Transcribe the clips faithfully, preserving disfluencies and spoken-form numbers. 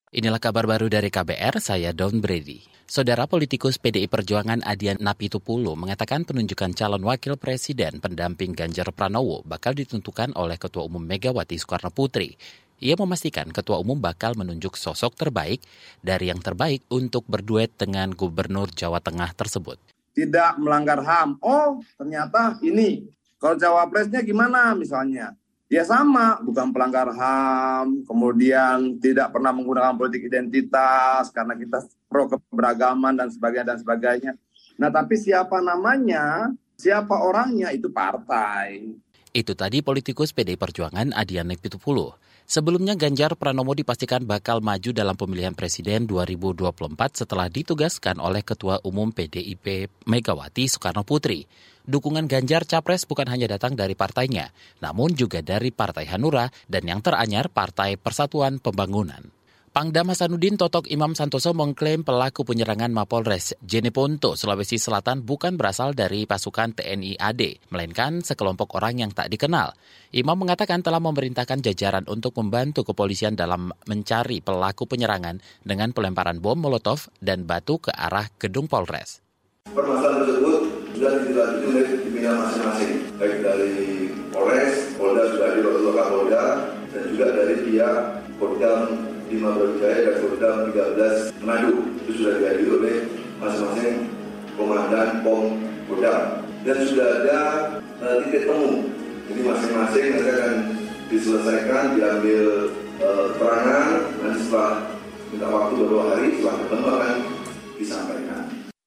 Inilah kabar baru dari K B R, saya Don Brady. Saudara politikus P D I Perjuangan Adian Napitupulu mengatakan penunjukan calon wakil presiden pendamping Ganjar Pranowo bakal ditentukan oleh Ketua Umum Megawati Soekarnoputri. Ia memastikan Ketua Umum bakal menunjuk sosok terbaik dari yang terbaik untuk berduet dengan Gubernur Jawa Tengah tersebut. Tidak melanggar H A M. Oh, ternyata ini. Kalau cawapresnya gimana misalnya? Ya sama, bukan pelanggar H A M, kemudian tidak pernah menggunakan politik identitas karena kita pro keberagaman dan sebagainya dan sebagainya. Nah, tapi siapa namanya, siapa orangnya itu partai. Itu tadi politikus P D I Perjuangan Adian Napitupulu. Sebelumnya Ganjar Pranowo dipastikan bakal maju dalam pemilihan presiden dua ribu dua puluh empat setelah ditugaskan oleh Ketua Umum P D I P Megawati Soekarnoputri. Dukungan Ganjar Capres bukan hanya datang dari partainya, namun juga dari Partai Hanura dan yang teranyar Partai Persatuan Pembangunan. Pangdam Hasanuddin Totok Imam Santoso mengklaim pelaku penyerangan Mapolres Jeneponto, Sulawesi Selatan bukan berasal dari pasukan T N I A D, melainkan sekelompok orang yang tak dikenal. Imam mengatakan telah memerintahkan jajaran untuk membantu kepolisian dalam mencari pelaku penyerangan dengan pelemparan bom Molotov dan batu ke arah gedung Polres. Permasalahan tersebut sudah ditindaklanjuti oleh pimpinan masing-masing, baik dari Polres, Polda sudah di Loka Kapolda, dan juga dari pihak Kodam lima Brawijaya dan Kodam tiga belas Manado. Itu sudah dihadiri oleh masing-masing komandan Pom Kodam. Dan sudah ada uh, titik temu. Jadi masing-masing nanti akan diselesaikan, diambil uh, keterangan, nanti setelah minta waktu beberapa hari, setelah ketemu akan disampaikan.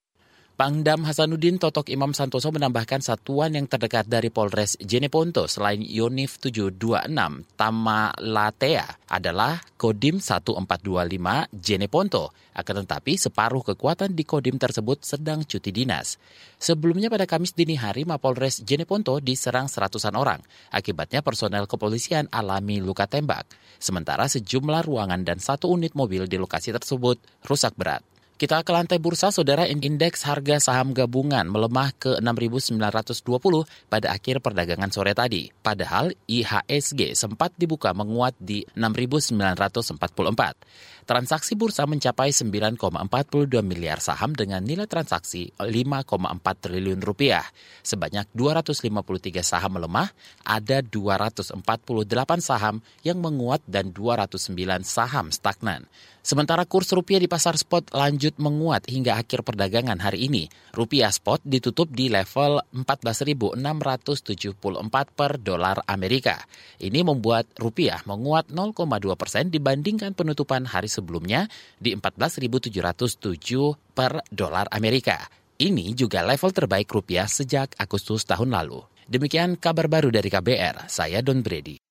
Pangdam Hasanuddin Totok Imam Santoso menambahkan satuan yang terdekat dari Polres Jeneponto selain Yonif tujuh dua enam Tamalatea adalah Kodim seribu empat ratus dua puluh lima Jeneponto. Akan tetapi separuh kekuatan di Kodim tersebut sedang cuti dinas. Sebelumnya pada Kamis dini hari Mapolres Jeneponto diserang seratusan orang. Akibatnya personel kepolisian alami luka tembak. Sementara sejumlah ruangan dan satu unit mobil di lokasi tersebut rusak berat. Kita ke lantai bursa, saudara. Indeks harga saham gabungan melemah ke enam ribu sembilan ratus dua puluh pada akhir perdagangan sore tadi. Padahal I H S G sempat dibuka menguat di enam ribu sembilan ratus empat puluh empat. Transaksi bursa mencapai sembilan koma empat dua miliar saham dengan nilai transaksi lima koma empat triliun rupiah. Sebanyak dua ratus lima puluh tiga saham melemah, ada dua ratus empat puluh delapan saham yang menguat dan dua ratus sembilan saham stagnan. Sementara kurs rupiah di pasar spot lanjut menguat hingga akhir perdagangan hari ini. Rupiah spot ditutup di level empat belas ribu enam ratus tujuh puluh empat per dolar Amerika. Ini membuat rupiah menguat nol koma dua persen dibandingkan penutupan hari sebelumnya di empat belas ribu tujuh ratus tujuh per dolar Amerika. Ini juga level terbaik rupiah sejak Agustus tahun lalu. Demikian kabar baru dari K B R, saya Don Brady.